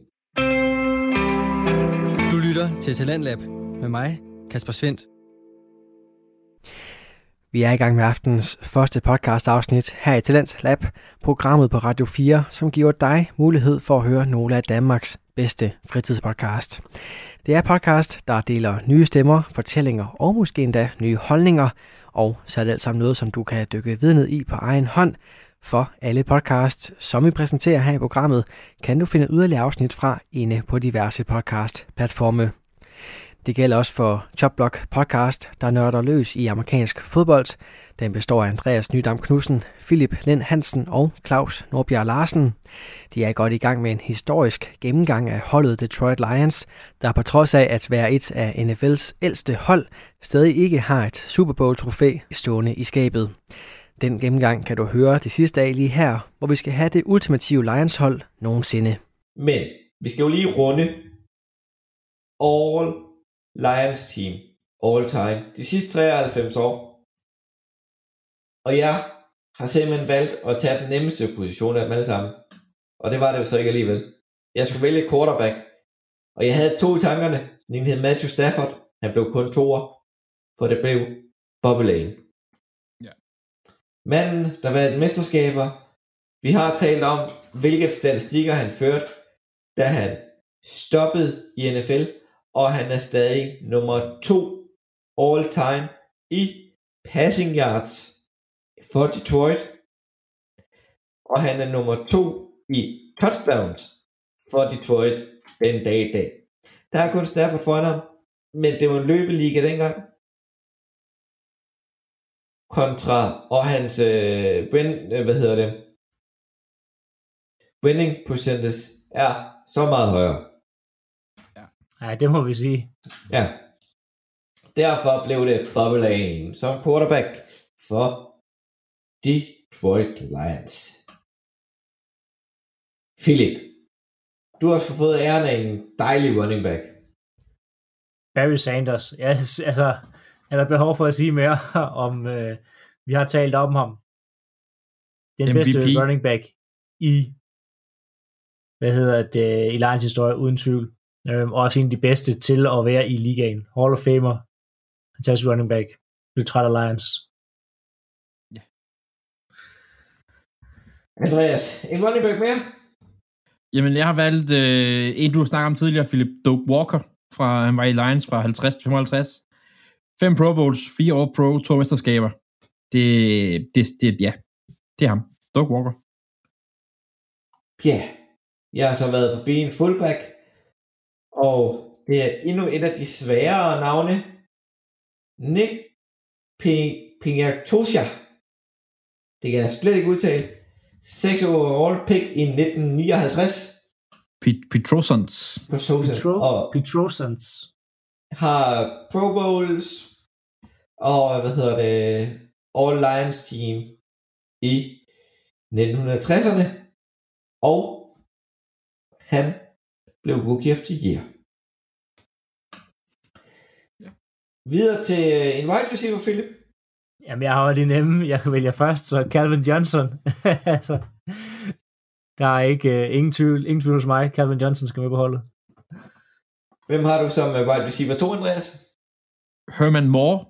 Du lytter til Talentlab med mig, Kasper Svendt. Vi er i gang med aftenens første podcast-afsnit her i Talent Lab, programmet på Radio 4, som giver dig mulighed for at høre nogle af Danmarks bedste fritidspodcast. Det er podcast, der deler nye stemmer, fortællinger og måske endda nye holdninger, og så er det alt sammen noget, som du kan dykke videre ned i på egen hånd. For alle podcasts, som vi præsenterer her i programmet, kan du finde yderligere afsnit fra inde på diverse podcast-platforme. Det gælder også for Chopblock podcast, der nørder løs i amerikansk fodbold. Den består af Andreas Nydam Knudsen, Philip Lind Hansen og Claus Nordbjerg Larsen. De er godt i gang med en historisk gennemgang af holdet Detroit Lions, der på trods af at være et af NFL's ældste hold, stadig ikke har et Super Bowl-trofæ stående i skabet. Den gennemgang kan du høre det sidste af lige her, hvor vi skal have det ultimative Lions-hold nogensinde. Men vi skal jo lige runde all Lions team, all time, de sidste 93 år. Og jeg har simpelthen valgt at tage den nemmeste position af dem alle sammen. Og det var det jo så ikke alligevel. Jeg skulle vælge quarterback, og jeg havde to i tankerne. Den ene hed Matthew Stafford, han blev kun 2'er, for det blev Bobby Lane. Ja. Manden, der vandt mesterskaber. Vi har talt om, hvilke statistikker han førte, da han stoppede i NFL, og han er stadig nummer 2 all time i passing yards for Detroit, og han er nummer 2 i touchdowns for Detroit den dag i dag. Der er kun Stafford foran ham, men det var en løbeliga dengang. Kontra, og hans winning percentage er så meget højere. Ja, det må vi sige. Ja. Derfor blev det Bobby Lane som quarterback for Detroit Lions. Philip, du har fået æren af en dejlig running back. Barry Sanders. Ja, altså, er der behov for at sige mere om, vi har talt om ham. Den MVP. Bedste running back i, i Lions historie, uden tvivl. Og også en af de bedste til at være i ligaen. Hall of Famer, fantastisk running back, blev træt af Lions. Ja. Andreas, en running back mere? Jamen, jeg har valgt en, du snakkede om tidligere, Philip, Doug Walker, han var i Lions fra 50 til 55. 5 Pro Bowls, 4 All-Pro, 2 mesterskaber. Det er ham. Doug Walker. Ja, jeg har så været forbi en fullback, og det er endnu et af de sværere navne. Nick Pingatosha. Det kan jeg slet ikke udtale. 6 overall pick i 1959. Petrosans. Petrosans. Har Pro Bowls og All Lions team i 1960'erne. Og han blev Rookie of the Year Videre til en wide receiver, Philip. Jamen, jeg har jo de nemme. Jeg kan vælge først, så Calvin Johnson. Altså, der er ingen tvivl hos mig. Calvin Johnson skal med på holdet. Hvem har du som wide receiver 2, Andreas? Herman Moore.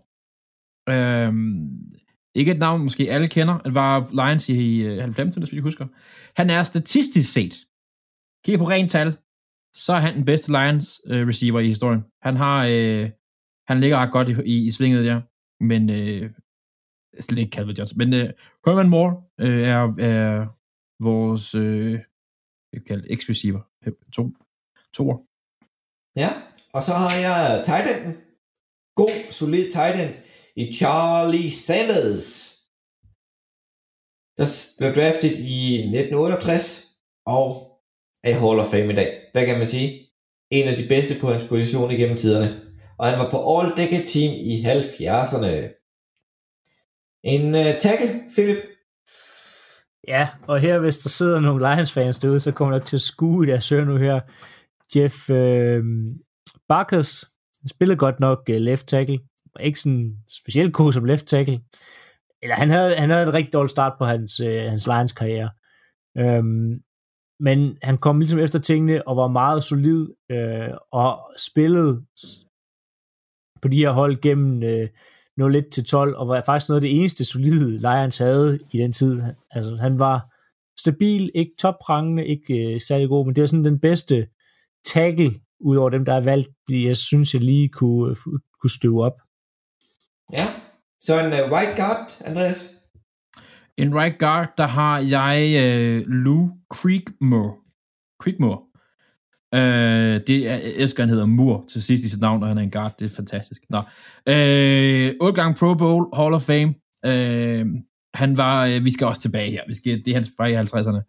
Ikke et navn, måske alle kender. Han var Lions i 90'erne, hvis vi husker. Han er statistisk set. Kigger på rent tal, så er han den bedste Lions receiver i historien. Han ligger ret godt i svinget der, men slet ikke Calvin Johnson. Men Herman Moore er vores ex-receiver. Toer. Ja, og så har jeg tight enden. God, solid tight end i Charlie Sanders. Der blev draftet i 1968 og er i Hall of Fame i dag. Hvad kan man sige? En af de bedste på hans position igennem tiderne. Og han var på All-Decade Team i 70'erne. En tackle, Philip? Ja, og her hvis der sidder nogle Lions-fans derude, så kommer der til at skue i deres øre nu her. Jeff Barkers spillede godt nok left tackle. Ikke sådan specielt god som left tackle. Eller han havde en rigtig dårlig start på hans Lions karriere. Men han kom ligesom efter tingene og var meget solid og spillede på de her hold gennem 0-1 til 12 og var faktisk noget af det eneste solide Lions havde i den tid. Altså han var stabil, ikke topprangende, ikke særlig god, men det er sådan den bedste tackle ud over dem, der er valgt, jeg synes, jeg lige kunne støve op. Ja, så en right guard, Andreas? En right guard, der har jeg Lou Creekmore. Jeg elsker, han hedder Moore til sidst i sit navn, og han er en guard. Det er fantastisk. 8 gange Pro Bowl, Hall of Fame. Han var, vi skal også tilbage her. Det er hans fra i 50'erne.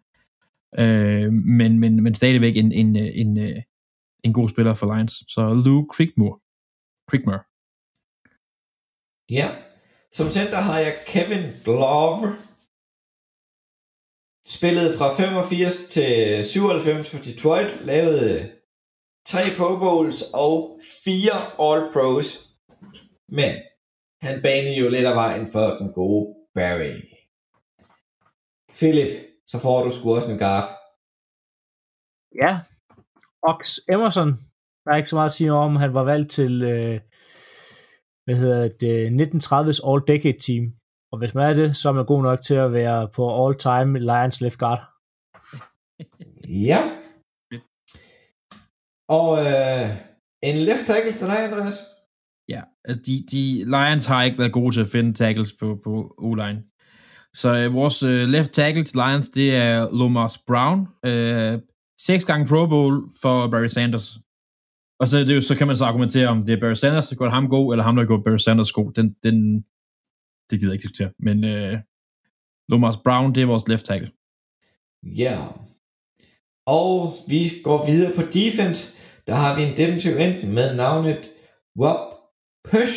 Men stadigvæk en god spiller for Lions. Så Lou Creekmore. Ja. Som center har jeg Kevin Glover. Spillede fra 85 til 97 for Detroit. Lavede 3 Pro Bowls og 4 All-Pros. Men han banede jo lidt af vejen for den gode Barry. Philip, så får du sgu også en guard. Ja, Ox Emerson. Der er ikke så meget at sige om, han var valgt til 1930's All-Decade Team. Og hvis man er det, så er man god nok til at være på all-time Lions left guard. Ja. Og en left tackle til dig, Andreas? Ja, altså de Lions har ikke været gode til at finde tackles på O-line. Så vores left tackle til Lions, det er Lomas Brown. 6 gange Pro Bowl for Barry Sanders. Og så kan man så argumentere, om det er Barry Sanders, der går ham god, eller ham, der går Barry Sanders god. Det gider jeg ikke diskutere. Men Lomas Brown, det er vores left tackle. Ja. Og vi går videre på defense. Der har vi en defensive end med navnet Rob Push.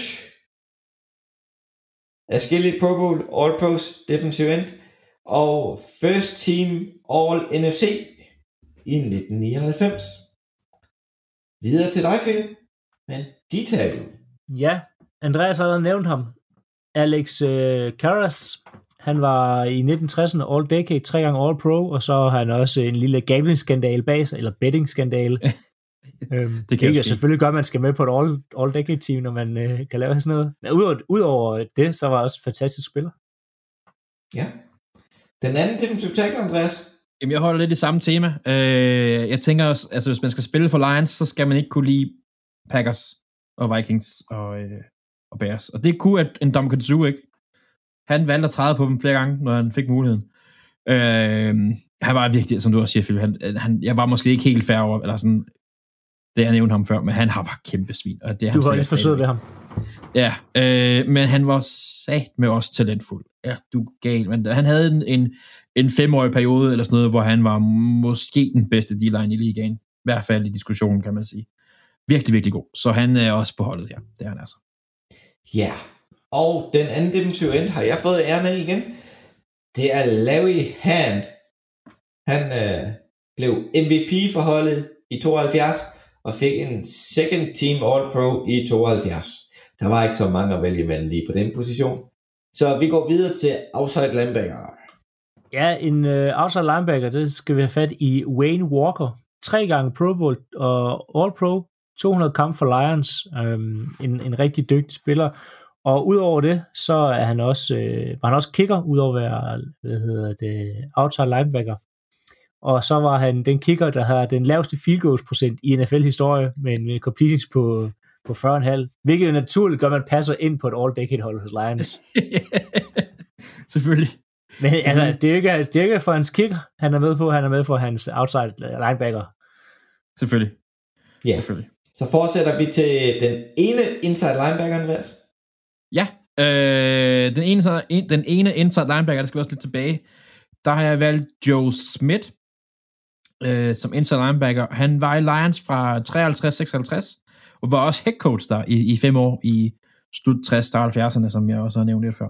Adskillige Pro Bowl, All Pros, defensive end. Og first team All NFC i 1999. Videre til dig, Philip. Men detail. Ja, Andreas har nævnt ham. Alex Karras, han var i 1960'erne All-Decade, 3 gange All-Pro, og så har han også en lille gambling-skandale bag sig, eller betting-skandale. Det kan jo selvfølgelig godt, at man skal med på et All-Decade-team, når man kan lave sådan noget. Men udover det, så var også en fantastisk spiller. Ja. Den anden defensive tackle, Andreas? Jamen, jeg holder lidt i samme tema. Jeg tænker også, altså hvis man skal spille for Lions, så skal man ikke kunne lide Packers og Vikings og Bears. Og det kunne en Ndamukong Suh ikke. Han valgte at træde på dem flere gange, når han fik muligheden. Han var virkelig, som du også siger, Philip, jeg var måske ikke helt fair over, eller sådan, det jeg nævnte ham før, men han var kæmpe svin. Og det du var lidt forsøget ved ham. Ja, men han var sat med os talentfuld. Ja, du gal. Men han havde en 5-årig periode, eller sådan noget, hvor han var måske den bedste D-line i ligaen. I hvert fald i diskussionen, kan man sige. Virkelig, virkelig god. Så han er også på holdet her. Det er han altså. Ja, og den anden defensive end har jeg fået æren af igen. Det er Larry Hand. Han blev MVP for holdet i 72 og fik en second team All-Pro i 72. Der var ikke så mange at vælge imellem lige på den position. Så vi går videre til outside linebacker. Ja, en outside linebacker, det skal vi have fat i Wayne Walker. 3 gange Pro Bowl og All-Pro, 200 kampe for Lions. En rigtig dygtig spiller. Og udover det, så er han også, var han også kicker, udover at være outside linebacker. Og så var han den kicker, der havde den laveste field goals procent i NFL-historie, med en completions på 40,5, hvilket jo naturligt gør, at man passer ind på et all-decade hold hos Lions. Selvfølgelig. Men altså, det er ikke for hans kicker, han er med for hans outside linebacker. Selvfølgelig. Ja, selvfølgelig. Så fortsætter vi til den ene inside linebacker, Andreas. Ja, den ene inside linebacker, der skal også lidt tilbage. Der har jeg valgt Joe Smith som inside linebacker. Han var i Lions fra 53-56, og var også head coach der i 5 år i slut 60, start 70'erne, som jeg også har nævnt lidt før.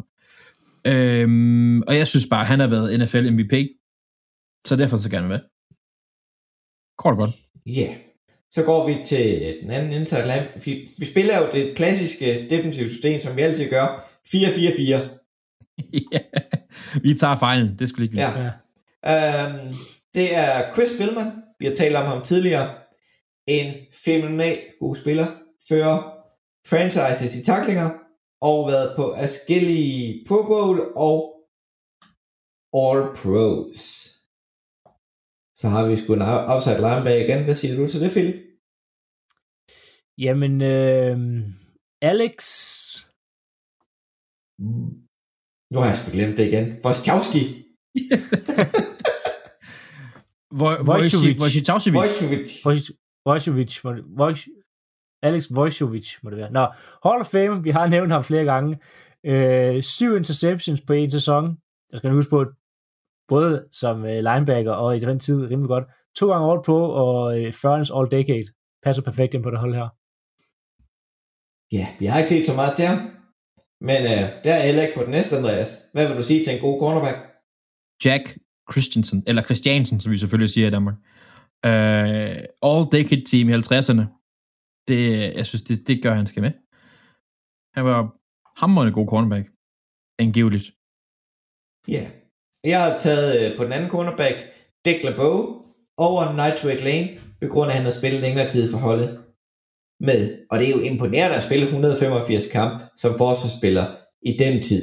Og jeg synes bare, han har været NFL MVP, så derfor så gerne med. Kort og godt. Ja. Yeah. Så går vi til den anden inside linebacker. Vi spiller jo det klassiske defensive system, som vi altid gør. 4-4-4. Ja, vi tager fejlen. Det skulle ikke være. Ja. Det er Chris Billman. Vi har talt om ham tidligere. En fænomenal god spiller. Fører franchises i tacklinger. Og været på adskillige Pro Bowl og All Pros. Så har vi sgu en outside linebacker igen. Hvad siger du til det, Philip? Jamen, Alex... Nu har jeg sgu glemt det igen. Wojciechowski. Wojciechowski. Alex Wojciechowski må det være. Nå, Hall of Fame, vi har nævnt ham flere gange. 7 interceptions på en sæson. Jeg skal huske på, både som linebacker og i den tid rimelig godt. 2 gange All Pro og Furnace All Decade. Passer perfekt ind på det hold her. Ja, vi har ikke set så meget til ham. Men der er Alec på den næste, Andreas. Hvad vil du sige til en god cornerback? Jack Christensen, eller Christiansen, som vi selvfølgelig siger i Danmark. All Decade Team i 50'erne. Jeg synes, det gør, han skal med. Han var hamrende god cornerback. Angiveligt. Ja. Yeah. Jeg har taget på den anden cornerback Dick LeBeau over Nitrate Lane, på grund af, at han har spillet længere tid for holdet med. Og det er jo imponerende at spille 185 kamp som forsvarsspiller i den tid.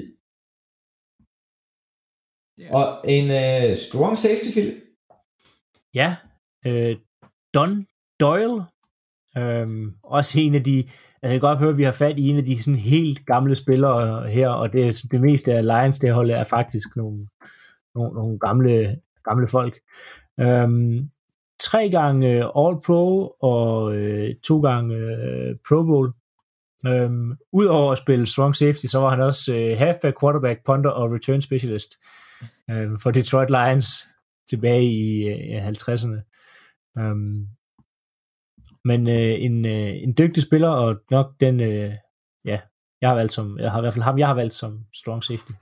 Yeah. Og en strong safety, Philip. Ja. Don Doyle. Også en af de, jeg kan godt høre, at vi har fat i en af de sådan helt gamle spillere her, og det meste af Lions, det holdet er faktisk nogle gamle folk. 3 gange All Pro og 2 gange Pro Bowl. Udover at spille strong safety, så var han også halfback, quarterback, punter og return specialist for Detroit Lions tilbage i 50'erne. Men en dygtig spiller, og nok den, jeg har valgt som strong safety.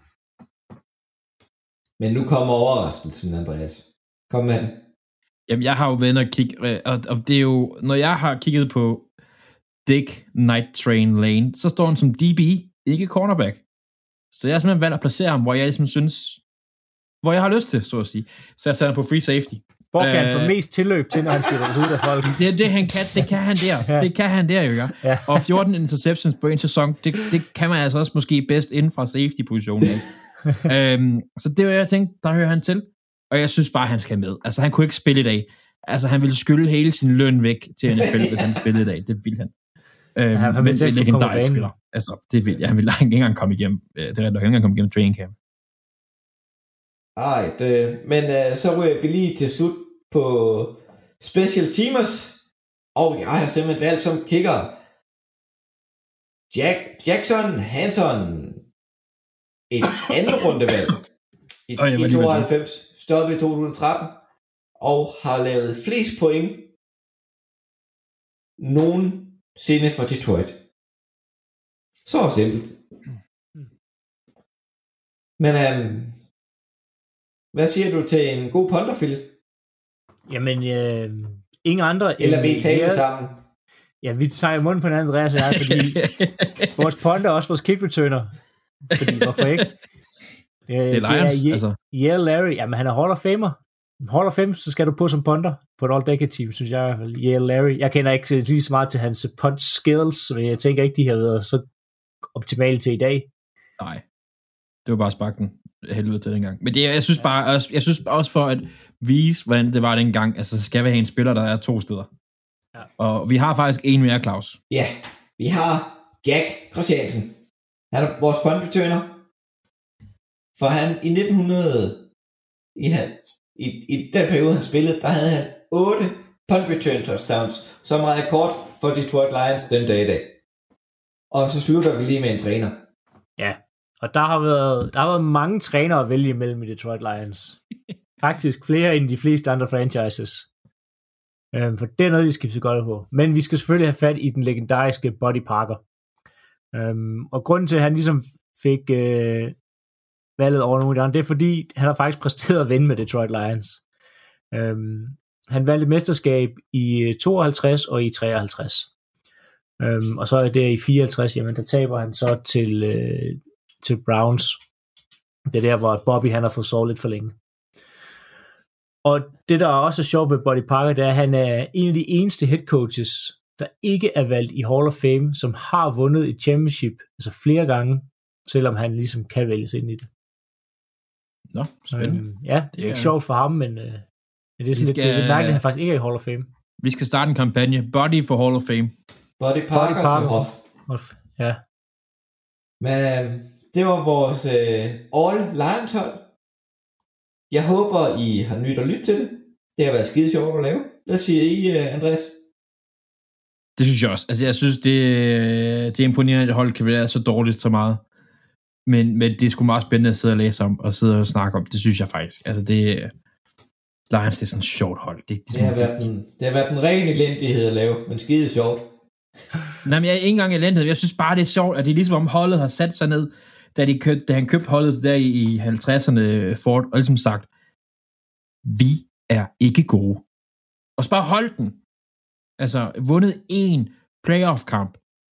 Men nu kommer overraskelsen, Andreas. Kom med den. Jamen, jeg har jo været og kigge, og det er jo, når jeg har kigget på Dick Night Train Lane, så står han som DB, ikke cornerback. Så jeg har simpelthen valgt at placere ham, hvor jeg ligesom synes, hvor jeg har lyst til, så at sige. Så jeg sætter ham på free safety. Hvor kan han få mest tilløb til, når han skal ud af folk? Det han kan, det kan han der. Ja. Det kan han der, jo. Ja. Og 14 interceptions på en sæson, det kan man altså også måske bedst inden fra safety-positionen. Så det var jeg tænkte, der hører han til. Og jeg synes bare, han skal med. Altså, han kunne ikke spille i dag. Altså, han ville skylde hele sin løn væk til NFL, hvis han spillede i dag. Det ville han. Han vil en legendarisk spiller. Altså, det vil jeg. Han ville ikke engang komme igennem. Det er ikke engang komme igennem training camp. Men så ryger vi lige til slut på Special Teamers. Og jeg har simpelthen valgt som kicker Jackson Hanson. Et andet rundevalg. I 92, stoppet i 2013, og har lavet flest point nogensinde for Detroit. Så simpelt. Men hvad siger du til en god punter, Phil? Jamen, ingen andre. Eller vi taler sammen. Ja, vi snakker munden på hinanden, Andreas og jeg, fordi vores punter er også vores kick returner. Fordi, hvorfor ikke? Det er Lions, altså. Yale Larry, jamen han er Hall of Famer. Hall of Fame, så skal du på som punter på et all-decade-team, synes jeg i hvert fald. Yale Larry. Jeg kender ikke lige så meget til hans punt skills, men jeg tænker ikke, de har været så optimale til i dag. Nej, det var bare sparken helvede til dengang. Men det, jeg synes også for at vise, hvordan det var dengang, altså så skal vi have en spiller, der er 2 steder. Ja. Og vi har faktisk en mere, Claus. Ja, vi har Jack Christiansen. Han er vores punt returner. For han i 1900, i den periode, han spillede, der havde han 8 punt return touchdowns, som var rekord for Detroit Lions den dag i dag. Og så slutter vi lige med en træner. Ja, og der har været mange trænere at vælge mellem i Detroit Lions. Faktisk flere end de fleste andre franchises. For det er noget, de skal se godt på. Men vi skal selvfølgelig have fat i den legendariske Buddy Parker. Og grunden til, at han ligesom fik valget over nogle af de andre, det er fordi, han har faktisk præsteret at vinde med Detroit Lions. Han valgte mesterskab i 52 og i 53. Og så er det i 54, jamen der taber han så til Browns. Det er der, hvor Bobby han har fået sovet lidt for længe. Og det, der også er sjovt ved Buddy Parker, det er, at han er en af de eneste head coaches, der ikke er valgt i Hall of Fame, som har vundet et championship, altså flere gange, selvom han ligesom kan vælges ind i det. Nå, spændende. Ja, det er ikke sjovt for ham, men det er sådan lidt mærkeligt, at han faktisk ikke er i Hall of Fame. Vi skal starte en kampagne. Buddy for Hall of Fame. Buddy Parker til Hoff. Ja. Men det var vores All Lions hold. Jeg håber, I har nyt at lytte til det. Det har været skide sjovt at lave. Hvad siger I, Andreas? Det synes jeg også. Altså, jeg synes, det er imponerende, at holdet kan være så dårligt så meget. Men det er sgu meget spændende at sidde og læse om, og sidde og snakke om. Det synes jeg faktisk. Altså, Lions, det er sådan et sjovt hold. Det har været en ren elendighed at lave, men skide sjovt. Nej, men jeg er ikke engang elendighed. Jeg synes bare, det er sjovt, at det er ligesom om holdet har sat sig ned, da han købte holdet der i 50'erne Ford, og ligesom sagt, vi er ikke gode. Og så bare holdt den. Altså, vundet 1 playoff-kamp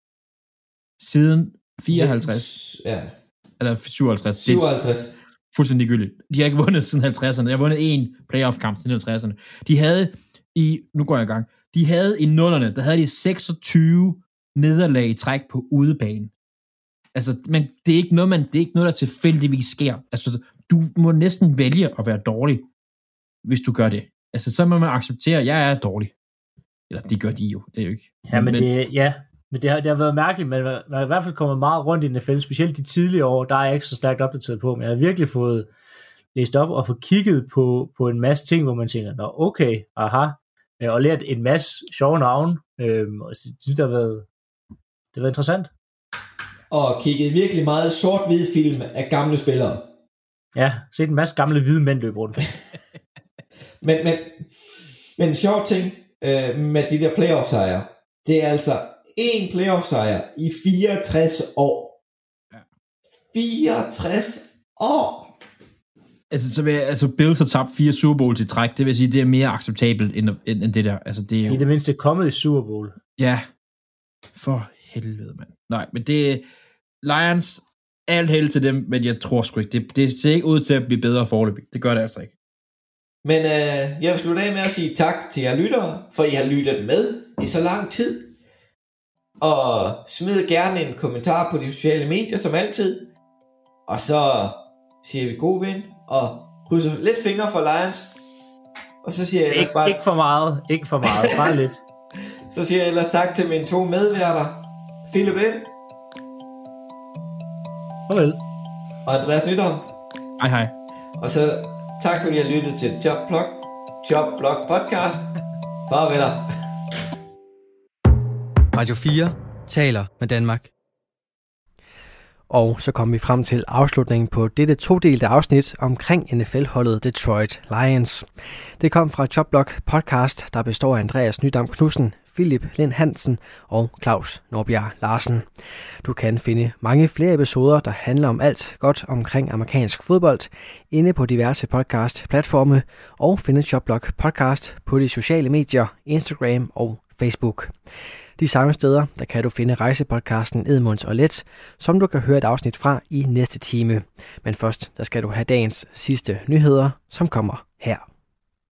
siden 54. Ja. Eller 57. 57. Fuldstændig gyldigt. De har ikke vundet siden 50'erne. Jeg har vundet 1 playoff-kamp siden 50'erne. Nu går jeg i gang. De havde i 0'erne, der havde de 26 nederlag i træk på udebane. Altså, men det er ikke noget, der tilfældigvis sker. Altså, du må næsten vælge at være dårlig, hvis du gør det. Altså, så må man acceptere, at jeg er dårlig. Eller, det gør de jo. Det er jo ikke. Ja, men det har været mærkeligt, men man har i hvert fald kommet meget rundt i NFL, specielt de tidlige år, der er jeg ikke så stærkt opdateret på, men jeg har virkelig fået læst op og fået kigget på en masse ting, hvor man tænker, nå okay, aha, og lært en masse sjove navne, og jeg synes, det har været interessant. Og kigget virkelig meget sort-hvid film af gamle spillere. Ja, set en masse gamle hvide mænd løbe rundt. men en sjov ting med de der playoff-sejre, det er altså 1 playoff-sejr i 64 år. Ja. 64 år! Altså Bills har tabt 4 Super Bowls i træk, det vil sige, det er mere acceptabelt end det der. Altså, det er jo... I det mindste kommet i Super Bowl. Ja, for helvede, mand. Nej, men det er Lions, alt held til dem, men jeg tror sgu ikke, det ser ikke ud til at blive bedre foreløbig. Det gør det altså ikke. Men jeg vil slutte af med at sige tak til jer lyttere, for I har lyttet med i så lang tid. Og smid gerne en kommentar på de sociale medier, som altid. Og så siger vi god vind, og krydser lidt fingre for Lions. Og så siger jeg ellers bare... Ikke for meget, bare lidt. Så siger jeg ellers tak til mine 2 medværter, Philip Lind. Farvel. Og Andreas Nyholm. Hej. Og så tak fordi I har lyttet til Chopblock podcast. Farveler. Radio 4 taler med Danmark. Og så kom vi frem til afslutningen på dette todelte afsnit omkring NFL-holdet Detroit Lions. Det kom fra Chopblock podcast, der består af Andreas Nydam Knudsen, Philip Lind Hansen og Claus Norbjerg Larsen. Du kan finde mange flere episoder, der handler om alt godt omkring amerikansk fodbold, inde på diverse podcast-platforme, og finde Chopblock podcast på de sociale medier, Instagram og Facebook. De samme steder, der kan du finde rejsepodcasten Edmunds og Let, som du kan høre et afsnit fra i næste time. Men først, der skal du have dagens sidste nyheder, som kommer her.